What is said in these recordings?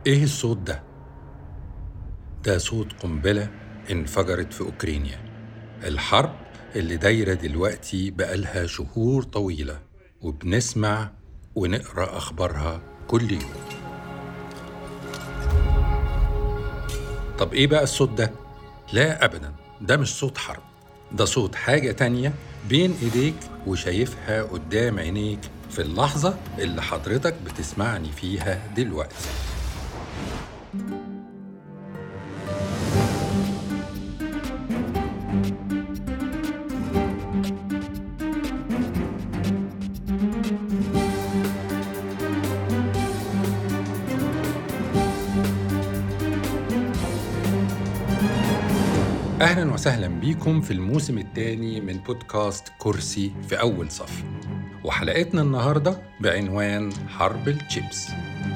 إيه الصوت ده؟ ده صوت قنبلة انفجرت في أوكرانيا. الحرب اللي دايرة دلوقتي بقالها شهور طويلة، وبنسمع ونقرأ أخبارها كل يوم. طب إيه بقى الصوت ده؟ لا أبداً، ده مش صوت حرب، ده صوت حاجة تانية بين إيديك وشايفها قدام عينيك في اللحظة اللي حضرتك بتسمعني فيها دلوقتي. أهلاً وسهلاً بيكم في الموسم الثاني من بودكاست كرسي في أول صف، وحلقتنا النهاردة بعنوان حرب الشيبس.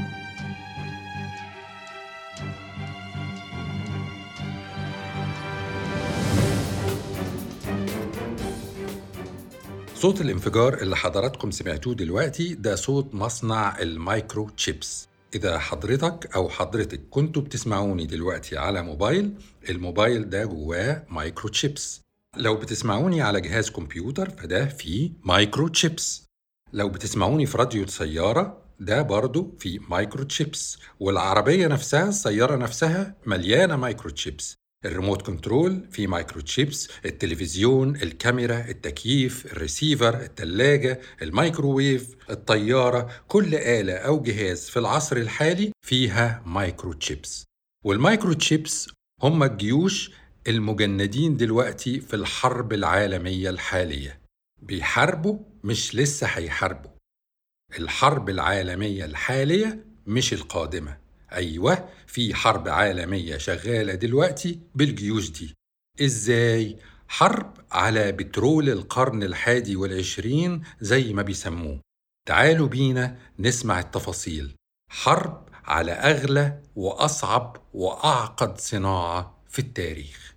صوت الانفجار اللي حضراتكم سمعتوه دلوقتي ده صوت مصنع المايكرو تشيبس. إذا حضرتك أو حضرتك كنتوا بتسمعوني دلوقتي على موبايل، الموبايل ده جواه مايكرو تشيبس. لو بتسمعوني على جهاز كمبيوتر فده فيه مايكرو تشيبس. لو بتسمعوني في راديو سيارة ده برضو فيه مايكرو تشيبس. والعربية نفسها، السيارة نفسها مليانة مايكرو تشيبس. الريموت كنترول فيه مايكرو تشيبس، التلفزيون، الكاميرا، التكييف، الريسيفر، التلاجة، الميكروويف، الطيارة، كل آلة أو جهاز في العصر الحالي فيها مايكرو تشيبس. والمايكرو تشيبس هم الجيوش المجندين دلوقتي في الحرب العالمية الحالية. بيحاربوا، مش لسه هيحاربوا. الحرب العالمية الحالية مش القادمة. أيوة، في حرب عالمية شغالة دلوقتي بالجيوش دي. إزاي؟ حرب على بترول القرن 21 زي ما بيسموه. تعالوا بينا نسمع التفاصيل. حرب على أغلى وأصعب وأعقد صناعة في التاريخ.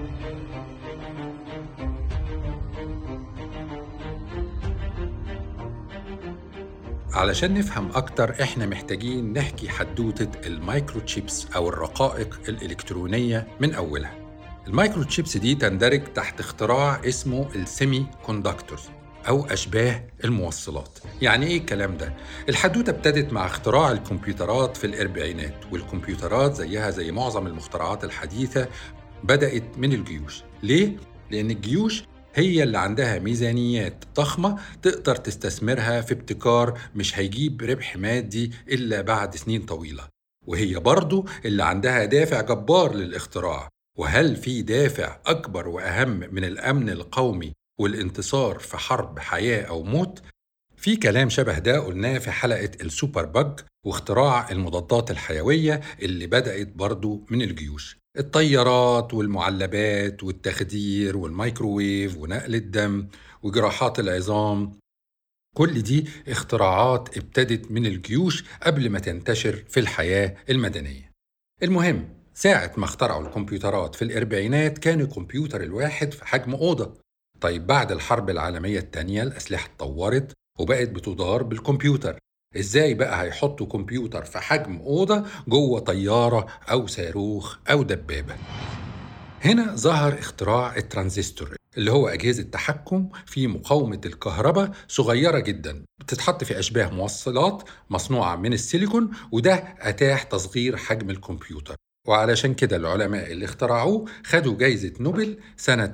علشان نفهم أكتر إحنا محتاجين نحكي حدوتة المايكرو تشيبس أو الرقائق الإلكترونية من أولها. المايكرو تشيبس دي تندرج تحت اختراع اسمه السيمي كوندكتورز أو أشباه الموصلات. يعني إيه الكلام ده؟ الحدوتة ابتدت مع اختراع الكمبيوترات في الأربعينات، والكمبيوترات زيها زي معظم المخترعات الحديثة بدأت من الجيوش. ليه؟ لأن الجيوش هي اللي عندها ميزانيات ضخمة تقدر تستثمرها في ابتكار مش هيجيب ربح مادي إلا بعد سنين طويلة، وهي برضو اللي عندها دافع جبار للاختراع. وهل في دافع أكبر وأهم من الأمن القومي والانتصار في حرب حياة أو موت؟ في كلام شبه ده قلناه في حلقة السوبر باج واختراع المضادات الحيوية اللي بدأت برضو من الجيوش. الطيارات والمعلبات والتخدير والميكروويف ونقل الدم وجراحات العظام، كل دي اختراعات ابتدت من الجيوش قبل ما تنتشر في الحياة المدنية. المهم، ساعة ما اخترعوا الكمبيوترات في الأربعينات كان الكمبيوتر الواحد في حجم أوضة. طيب بعد الحرب العالمية التانية الأسلحة اتطورت وبقت بتدار بالكمبيوتر. إزاي بقى هيحطوا كمبيوتر في حجم أوضة جوه طيارة أو صاروخ أو دبابة؟ هنا ظهر اختراع الترانزستور، اللي هو أجهزة تحكم في مقاومة الكهرباء صغيرة جدا بتتحط في أشباه موصلات مصنوعة من السيليكون، وده أتاح تصغير حجم الكمبيوتر. وعلشان كده العلماء اللي اخترعوه خدوا جايزة نوبل سنة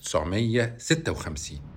1956.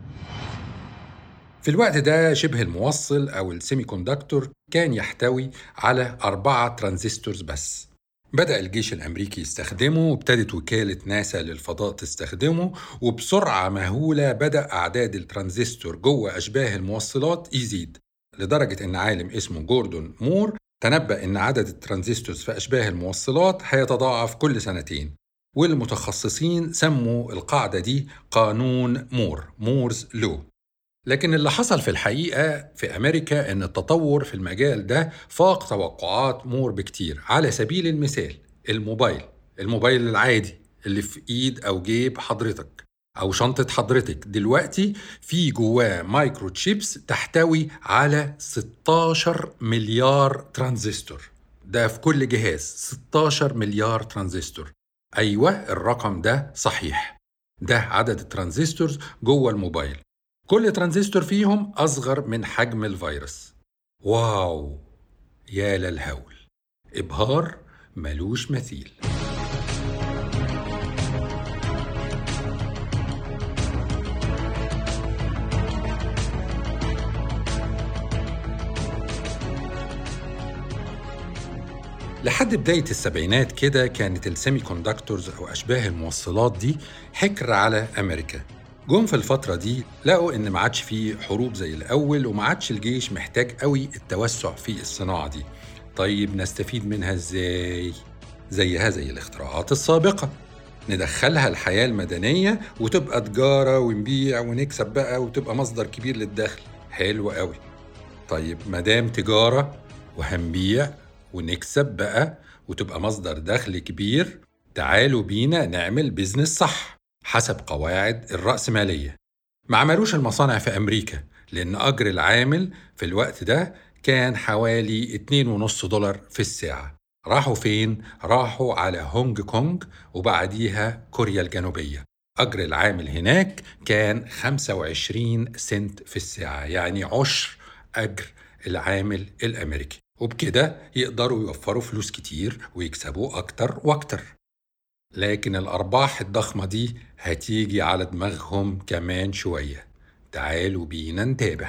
في الوقت ده شبه الموصل أو السيمي كوندكتور كان يحتوي على 4 ترانزستورز بس. بدأ الجيش الأمريكي يستخدمه، وابتدت وكالة ناسا للفضاء تستخدمه، وبسرعة مهولة بدأ أعداد الترانزستور جوه أشباه الموصلات يزيد، لدرجة أن عالم اسمه جوردون مور تنبأ أن عدد الترانزستورز في أشباه الموصلات هيتضاعف كل سنتين. والمتخصصين سموا القاعدة دي قانون مورز لو. لكن اللي حصل في الحقيقة في أمريكا إن التطور في المجال ده فاق توقعات مور بكتير. على سبيل المثال الموبايل العادي اللي في إيد أو جيب حضرتك أو شنطة حضرتك دلوقتي في جواه مايكرو تشيبس تحتوي على 16 مليار ترانزستور. ده في كل جهاز 16 مليار ترانزستور. أيوة، الرقم ده صحيح. ده عدد الترانزستورز جوه الموبايل، كل ترانزستور فيهم أصغر من حجم الفيروس. واو، يا للهول، إبهار ملوش مثيل. لحد بداية السبعينات كده كانت السيمي كوندكتورز أو أشباه الموصلات دي حكر على أمريكا. جم في الفترة دي لقوا إن ما عادش فيه حروب زي الأول، وما عادش الجيش محتاج قوي التوسع في الصناعة دي. طيب نستفيد منها إزاي؟ زيها زي الاختراعات السابقة، ندخلها الحياة المدنية وتبقى تجارة ونبيع ونكسب بقى وتبقى مصدر كبير للدخل. حلو قوي. طيب مدام تجارة وهنبيع ونكسب بقى وتبقى مصدر دخل كبير، تعالوا بينا نعمل بيزنس صح حسب قواعد الرأسمالية. ما عملوش المصانع في أمريكا، لأن أجر العامل في الوقت ده كان حوالي $2.50 في الساعة. راحوا فين؟ راحوا على هونج كونج وبعديها كوريا الجنوبية. أجر العامل هناك كان 25 سنت في الساعة، يعني عشر أجر العامل الأمريكي، وبكده يقدروا يوفروا فلوس كتير ويكسبوا أكتر وأكتر. لكن الأرباح الضخمة دي هتيجي على دماغهم كمان شوية. تعالوا بينا نتابع.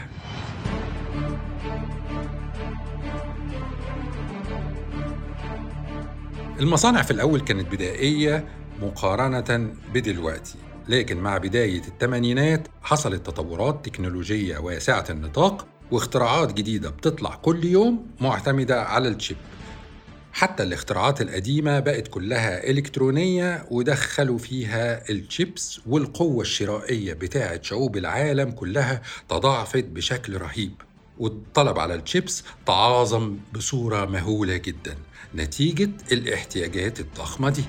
المصانع في الأول كانت بدائية مقارنة بدلوقتي، لكن مع بداية الثمانينات حصلت تطورات تكنولوجية واسعة النطاق واختراعات جديدة بتطلع كل يوم معتمدة على الشيب. حتى الاختراعات القديمة بقت كلها إلكترونية ودخلوا فيها الشيبس، والقوة الشرائية بتاعة شعوب العالم كلها تضاعفت بشكل رهيب، والطلب على الشيبس تعاظم بصورة مهولة جدا نتيجة الاحتياجات الضخمة دي.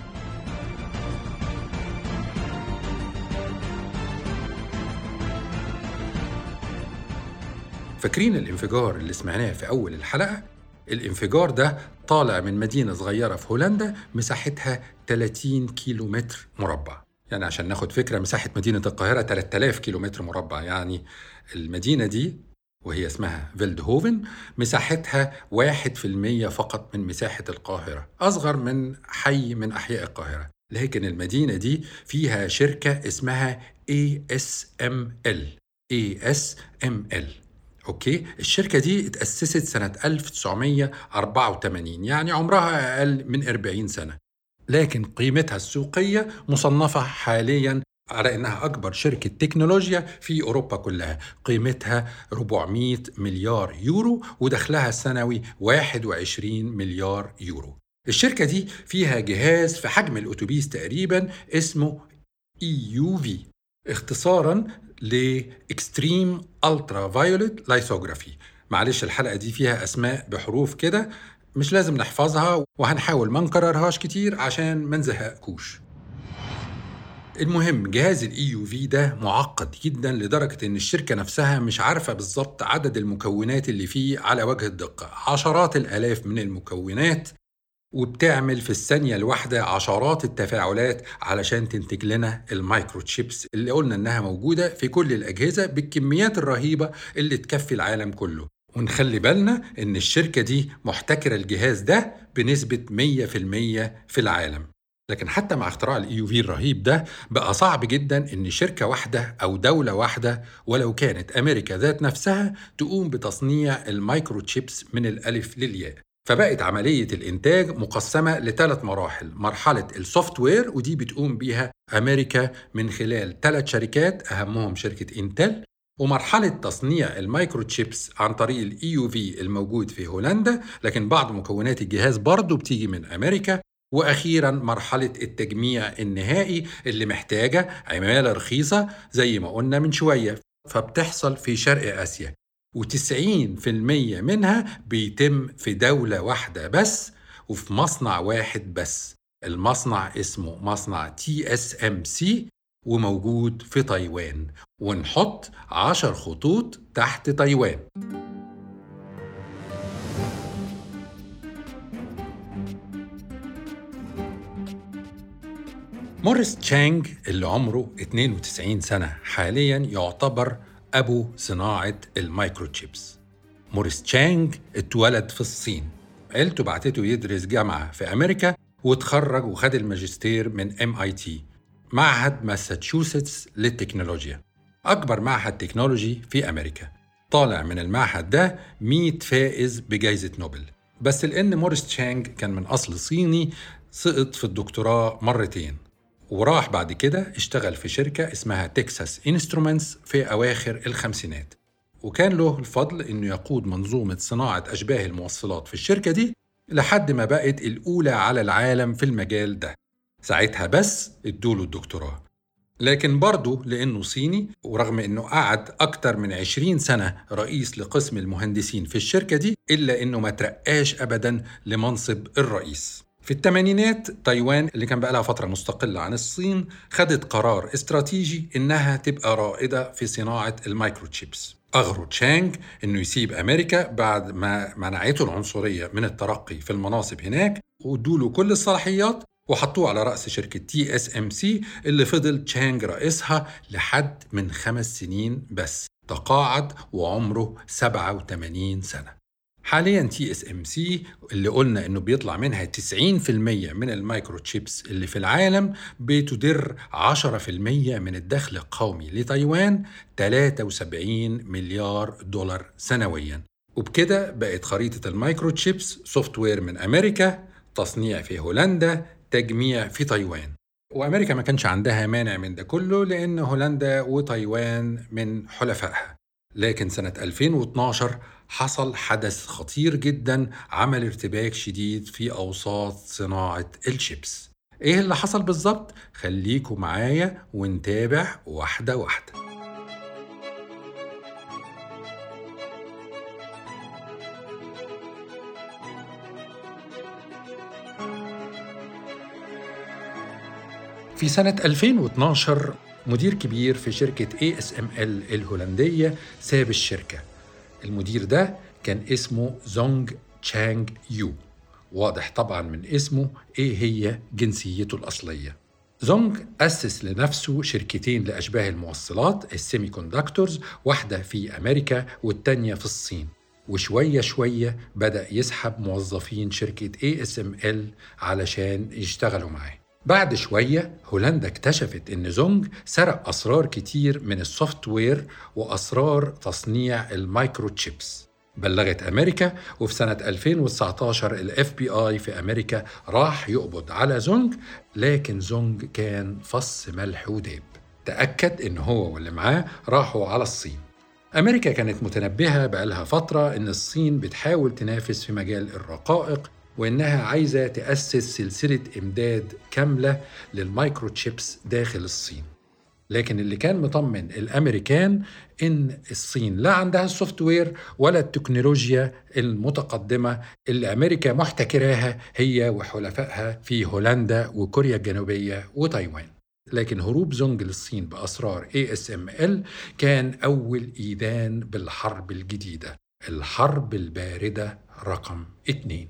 فاكرين الانفجار اللي سمعناه في أول الحلقة؟ الانفجار ده طالع من مدينة صغيرة في هولندا مساحتها 30 كيلومتر مربع. يعني عشان ناخد فكرة، مساحة مدينة القاهرة 3000 كيلومتر مربع. يعني المدينة دي وهي اسمها فيلدهوفن مساحتها 1% فقط من مساحة القاهرة، أصغر من حي من أحياء القاهرة. لكن المدينة دي فيها شركة اسمها ASML. ASML أوكي، الشركة دي اتأسست سنة 1984، يعني عمرها أقل من 40 سنة، لكن قيمتها السوقية مصنفة حالياً على إنها أكبر شركة تكنولوجيا في أوروبا كلها. قيمتها 400 مليار يورو ودخلها السنوي 21 مليار يورو. الشركة دي فيها جهاز في حجم الأتوبيس تقريباً اسمه EUV، اختصاراً ل Extreme Ultraviolet Lithography. معلش الحلقة دي فيها أسماء بحروف كده مش لازم نحفظها، وهنحاول ما نكررهاش كتير عشان ما نزهقكوش. المهم، جهاز ال EUV ده معقد جدا لدرجة إن الشركة نفسها مش عارفة بالظبط عدد المكونات اللي فيه على وجه الدقة، عشرات الآلاف من المكونات، وبتعمل في الثانية الواحدة عشرات التفاعلات علشان تنتج لنا المايكرو تشيبس اللي قلنا إنها موجودة في كل الأجهزة بالكميات الرهيبة اللي تكفي العالم كله. ونخلي بالنا إن الشركة دي محتكرة الجهاز ده بنسبة 100% في العالم. لكن حتى مع اختراع الEUV الرهيب ده بقى صعب جدا إن شركة واحدة أو دولة واحدة ولو كانت أمريكا ذات نفسها تقوم بتصنيع المايكرو تشيبس من الألف للياء. فبقت عملية الإنتاج مقسمة ل3 مراحل. مرحلة السوفت وير، ودي بتقوم بيها أمريكا من خلال 3 شركات أهمهم شركة إنتل، ومرحلة تصنيع المايكرو تشيبس عن طريق الEUV الموجود في هولندا، لكن بعض مكونات الجهاز برضو بتيجي من أمريكا، وأخيراً مرحلة التجميع النهائي اللي محتاجة عمالة رخيصة زي ما قلنا من شوية، فبتحصل في شرق آسيا، و90% منها بيتم في دولة واحدة بس وفي مصنع واحد بس. المصنع اسمه مصنع TSMC وموجود في تايوان، ونحط 10 خطوط تحت تايوان. موريس تشانغ اللي عمره 92 سنة حالياً يعتبر أبو صناعة المايكروتشيبس. موريس تشانغ اتولد في الصين، عيلته بعتته يدرس جامعة في أمريكا وتخرج وخد الماجستير من MIT، معهد ماساتشوستس للتكنولوجيا، أكبر معهد تكنولوجي في أمريكا. طالع من المعهد ده 100 فائز بجائزة نوبل. بس لأن موريس تشانغ كان من أصل صيني سقط في الدكتوراه مرتين، وراح بعد كده اشتغل في شركة اسمها تكساس انسترومنتس في أواخر الخمسينات، وكان له الفضل إنه يقود منظومة صناعة أشباه الموصلات في الشركة دي لحد ما بقت الأولى على العالم في المجال ده. ساعتها بس ادوله الدكتوراه. لكن برضه لأنه صيني، ورغم أنه قعد أكتر من 20 سنة رئيس لقسم المهندسين في الشركة دي، إلا أنه ما ترقاش أبداً لمنصب الرئيس. في الثمانينات تايوان اللي كان بقالها فترة مستقلة عن الصين خدت قرار استراتيجي إنها تبقى رائدة في صناعة المايكروتشيبس. أغرو تشانغ إنه يسيب أمريكا بعد ما منعته العنصرية من الترقي في المناصب هناك، وادوله كل الصلاحيات وحطوه على رأس شركة TSMC اللي فضل تشانغ رئيسها لحد من 5 سنين بس، تقاعد وعمره 87 سنة. حالياً TSMC اللي قلنا إنه بيطلع منها 90% من المايكروتشيبس اللي في العالم، بتدر 10% من الدخل القومي لتايوان، 73 مليار دولار سنوياً. وبكده بقت خريطة المايكروتشيبس سوفت وير من أمريكا، تصنيع في هولندا، تجميع في تايوان. وأمريكا ما كانش عندها مانع من ده كله لأن هولندا وتايوان من حلفائها. لكن سنة 2012 حصل حدث خطير جدا عمل ارتباك شديد في أوساط صناعة الشيبس. إيه اللي حصل بالظبط؟ خليكوا معايا ونتابع واحدة واحدة. في سنة 2012 مدير كبير في شركة ASML الهولندية ساب الشركة. المدير ده كان اسمه زونغ تشانغ يو. واضح طبعاً من اسمه إيه هي جنسيته الأصلية. زونغ أسس لنفسه شركتين لأشباه الموصلات السيمي كوندكتورز، واحدة في أمريكا والتانية في الصين، وشوية شوية بدأ يسحب موظفين شركة ASML علشان يشتغلوا معاه. بعد شوية هولندا اكتشفت إن زونغ سرق أسرار كتير من السوفت وير وأسرار تصنيع المايكروتشيبس. بلغت أمريكا، وفي سنة 2019 ال FBI في أمريكا راح يقبض على زونغ، لكن زونغ كان فص ملح وداب. تأكد إن هو واللي معاه راحوا على الصين. أمريكا كانت متنبهة بقالها فترة إن الصين بتحاول تنافس في مجال الرقائق، وإنها عايزة تأسس سلسلة إمداد كاملة للمايكروتشيبس داخل الصين. لكن اللي كان مطمن الأمريكان إن الصين لا عندها السوفت وير ولا التكنولوجيا المتقدمة اللي أمريكا محتكراها هي وحلفائها في هولندا وكوريا الجنوبية وتايوان. لكن هروب زونغ للصين بأسرار ASML كان أول إيذان بالحرب الجديدة، الحرب الباردة رقم 2.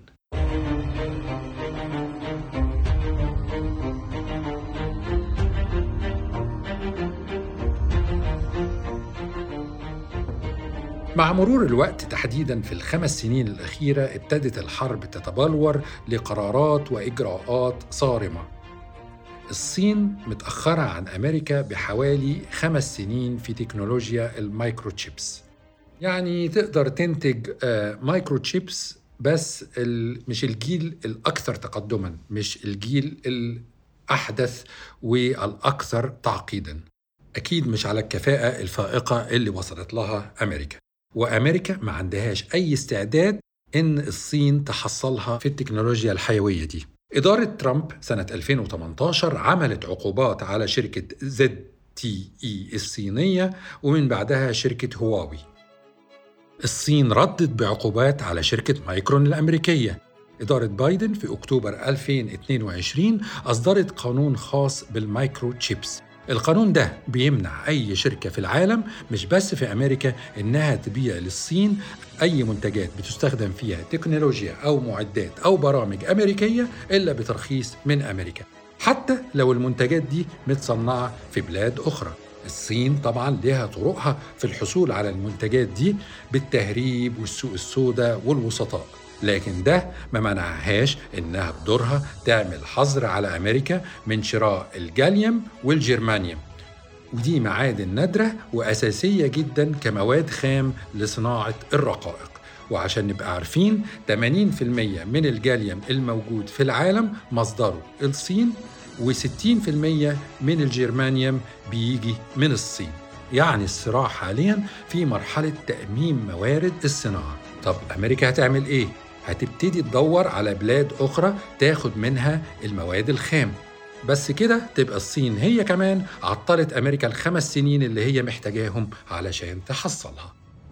مع مرور الوقت تحديداً في ال5 سنين الأخيرة ابتدت الحرب تتبلور لقرارات وإجراءات صارمة. الصين متأخرة عن أمريكا بحوالي 5 سنين في تكنولوجيا المايكروتشيبس. يعني تقدر تنتج مايكروتشيبس بس مش الجيل الأكثر تقدماً، مش الجيل الأحدث والأكثر تعقيداً. أكيد مش على الكفاءة الفائقة اللي وصلت لها أمريكا. وأمريكا ما عندهاش أي استعداد إن الصين تحصلها في التكنولوجيا الحيوية دي. إدارة ترامب سنة 2018 عملت عقوبات على شركة ZTE الصينية، ومن بعدها شركة هواوي. الصين ردت بعقوبات على شركة مايكرون الأمريكية. إدارة بايدن في أكتوبر 2022 أصدرت قانون خاص بالمايكروتشيبس. القانون ده بيمنع أي شركة في العالم، مش بس في أمريكا، إنها تبيع للصين أي منتجات بتستخدم فيها تكنولوجيا أو معدات أو برامج أمريكية إلا بترخيص من أمريكا. حتى لو المنتجات دي متصنعة في بلاد أخرى. الصين طبعا لها طرقها في الحصول على المنتجات دي بالتهريب والسوق السوداء والوسطاء، لكن ده ما منعهاش إنها بدورها تعمل حظر على أمريكا من شراء الجاليوم والجرمانيوم، ودي معادن نادرة وأساسية جدا كمواد خام لصناعة الرقائق. وعشان نبقى عارفين 80% من الجاليوم الموجود في العالم مصدره الصين، و60% من الجرمانيوم بيجي من الصين. يعني الصراع حاليا في مرحلة تأمين موارد الصناعة. طب أمريكا هتعمل إيه؟ هتبتدي تدور على بلاد أخرى تاخد منها المواد الخام. بس كده تبقى الصين هي كمان عطلت أمريكا ال5 سنين اللي هي محتاجاهم علشان تحصلها.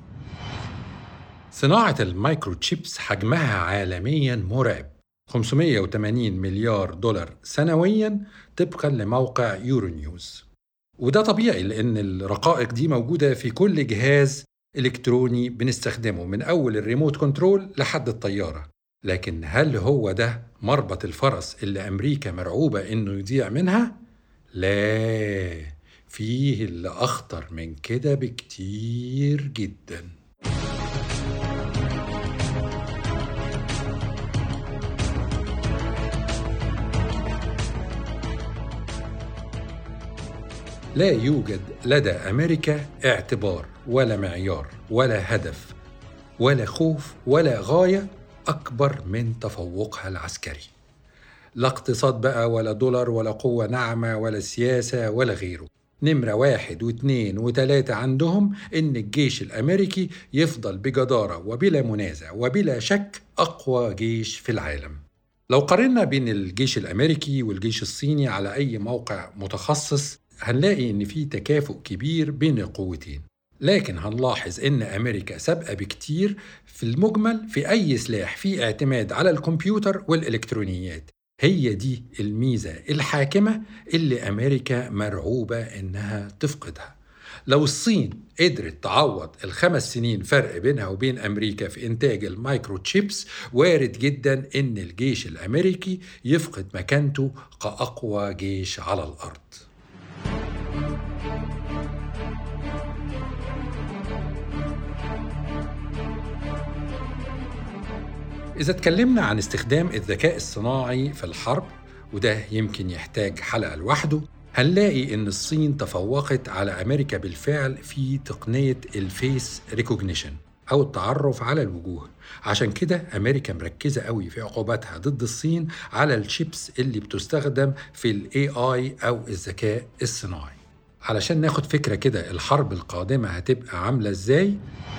صناعة المايكرو تشيبس حجمها عالمياً مرعب، 580 مليار دولار سنوياً طبقاً لموقع يورو نيوز. وده طبيعي لأن الرقائق دي موجودة في كل جهاز إلكتروني بنستخدمه، من أول الريموت كنترول لحد الطيارة. لكن هل هو ده مربط الفرس اللي أمريكا مرعوبة إنه يضيع منها؟ لا، فيه اللي أخطر من كده بكتير جداً. لا يوجد لدى أمريكا اعتبار ولا معيار ولا هدف ولا خوف ولا غاية أكبر من تفوقها العسكري. لا اقتصاد بقى ولا دولار ولا قوة ناعمة ولا سياسة ولا غيره. نمرة 1 و2 و3 عندهم إن الجيش الأمريكي يفضل بجدارة وبلا منازع وبلا شك أقوى جيش في العالم. لو قارنا بين الجيش الأمريكي والجيش الصيني على أي موقع متخصص هنلاقي إن في تكافؤ كبير بين القوتين، لكن هنلاحظ إن أمريكا سابقة بكتير في المجمل في أي سلاح فيه اعتماد على الكمبيوتر والإلكترونيات. هي دي الميزة الحاكمة اللي أمريكا مرعوبة إنها تفقدها. لو الصين قدرت تعوض ال5 سنين فرق بينها وبين أمريكا في إنتاج المايكرو تشيبس، وارد جدا إن الجيش الأمريكي يفقد مكانته كأقوى جيش على الأرض. إذا اتكلمنا عن استخدام الذكاء الصناعي في الحرب، وده يمكن يحتاج حلقة لوحده، هنلاقي إن الصين تفوقت على أمريكا بالفعل في تقنية الفيس ريكوجنيشن أو التعرف على الوجوه. عشان كده أمريكا مركزة قوي في عقوباتها ضد الصين على الشيبس اللي بتستخدم في ال AI أو الذكاء الصناعي. علشان ناخد فكرة كده الحرب القادمة هتبقى عاملة إزاي،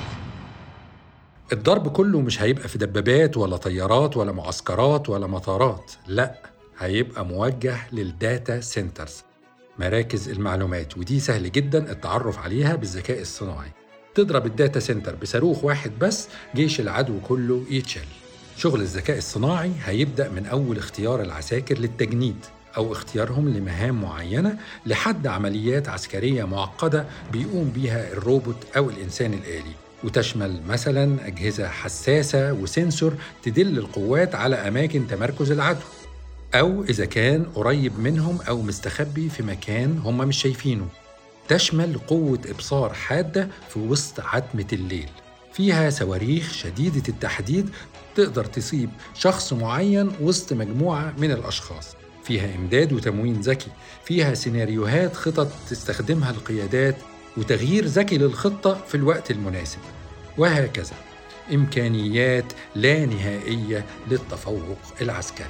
الضرب كله مش هيبقى في دبابات ولا طيارات ولا معسكرات ولا مطارات، لا، هيبقى موجه للداتا سنترز، مراكز المعلومات، ودي سهل جدا التعرف عليها بالذكاء الصناعي. تضرب الداتا سنتر بصاروخ واحد بس جيش العدو كله يتشل. شغل الذكاء الصناعي هيبدأ من أول اختيار العساكر للتجنيد أو اختيارهم لمهام معينة لحد عمليات عسكرية معقدة بيقوم بيها الروبوت أو الإنسان الآلي، وتشمل مثلا أجهزة حساسة وسنسور تدل القوات على أماكن تمركز العدو، أو إذا كان قريب منهم أو مستخبي في مكان هم مش شايفينه. تشمل قوة إبصار حادة في وسط عتمة الليل، فيها صواريخ شديدة التحديد تقدر تصيب شخص معين وسط مجموعة من الأشخاص، فيها إمداد وتموين ذكي، فيها سيناريوهات خطط تستخدمها القيادات وتغيير ذكي للخطة في الوقت المناسب، وهكذا. إمكانيات لا نهائية للتفوق العسكري.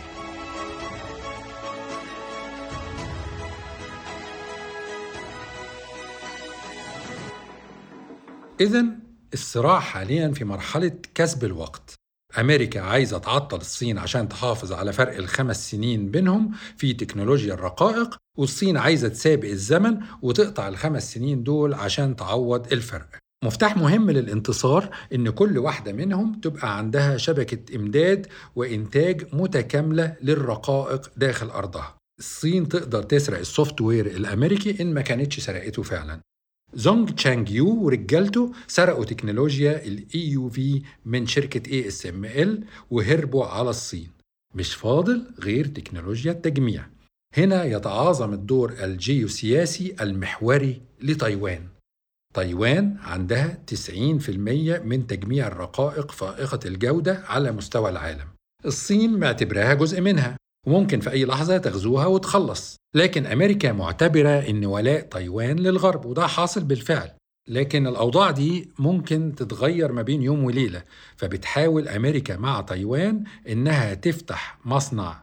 إذن الصراع حالياً في مرحلة كسب الوقت. أمريكا عايزة تعطل الصين عشان تحافظ على فرق ال5 سنين بينهم في تكنولوجيا الرقائق، والصين عايزة تسابق الزمن وتقطع ال5 سنين دول عشان تعوض الفرق. مفتاح مهم للانتصار إن كل واحدة منهم تبقى عندها شبكة إمداد وإنتاج متكاملة للرقائق داخل أرضها. الصين تقدر تسرق السوفت وير الأمريكي إن ما كانتش سرقته فعلاً. زونغ تشانغ يو ورجالته سرقوا تكنولوجيا ال EUV من شركة ASML وهربوا على الصين. مش فاضل غير تكنولوجيا التجميع. هنا يتعاظم الدور الجيوسياسي المحوري لتايوان. تايوان عندها 90% من تجميع الرقائق فائقة الجودة على مستوى العالم. الصين معتبراها جزء منها وممكن في أي لحظة تغزوها وتخلص، لكن أمريكا معتبرة إن ولاء تايوان للغرب، وده حاصل بالفعل. لكن الأوضاع دي ممكن تتغير ما بين يوم وليلة، فبتحاول أمريكا مع تايوان إنها تفتح مصنع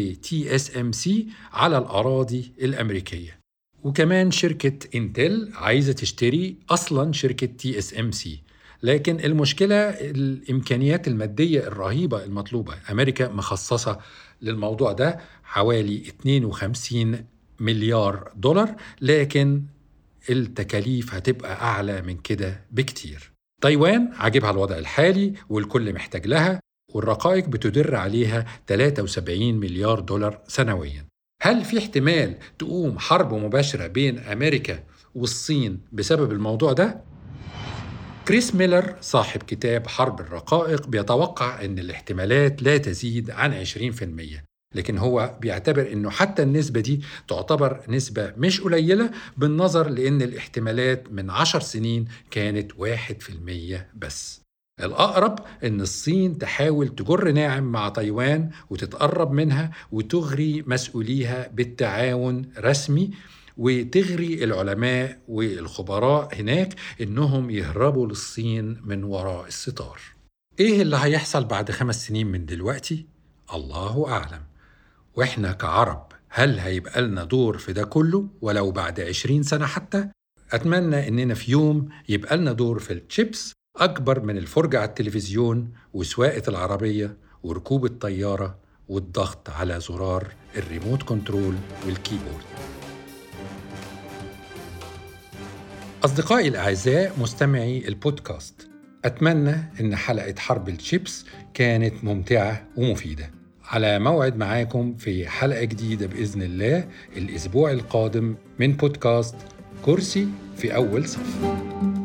TSMC على الأراضي الأمريكية. وكمان شركة إنتل عايزة تشتري أصلاً شركة TSMC، لكن المشكلة الإمكانيات المادية الرهيبة المطلوبة. أمريكا مخصصة للموضوع ده حوالي 52 مليار دولار، لكن التكاليف هتبقى أعلى من كده بكتير. تايوان عاجبها الوضع الحالي والكل محتاج لها، والرقائق بتدر عليها 73 مليار دولار سنوياً. هل في احتمال تقوم حرب مباشرة بين أمريكا والصين بسبب الموضوع ده؟ كريس ميلر صاحب كتاب حرب الرقائق بيتوقع أن الاحتمالات لا تزيد عن 20%، لكن هو بيعتبر أنه حتى النسبة دي تعتبر نسبة مش قليلة بالنظر لأن الاحتمالات من 10 سنين كانت 1% بس. الأقرب أن الصين تحاول تجر ناعم مع تايوان وتتقرب منها وتغري مسؤوليها بالتعاون رسمي، وتغري العلماء والخبراء هناك إنهم يهربوا للصين من وراء الستار. إيه اللي هيحصل بعد 5 سنين من دلوقتي؟ الله أعلم. وإحنا كعرب هل هيبقى لنا دور في ده كله ولو بعد 20 سنة حتى؟ أتمنى إننا في يوم يبقى لنا دور في الشيبس أكبر من الفرجة على التلفزيون وسواقة العربية وركوب الطيارة والضغط على زرار الريموت كنترول والكيبورد. أصدقائي الأعزاء مستمعي البودكاست، أتمنى إن حلقة حرب الشيبس كانت ممتعة ومفيدة. على موعد معاكم في حلقة جديدة بإذن الله الأسبوع القادم من بودكاست كرسي في أول صف.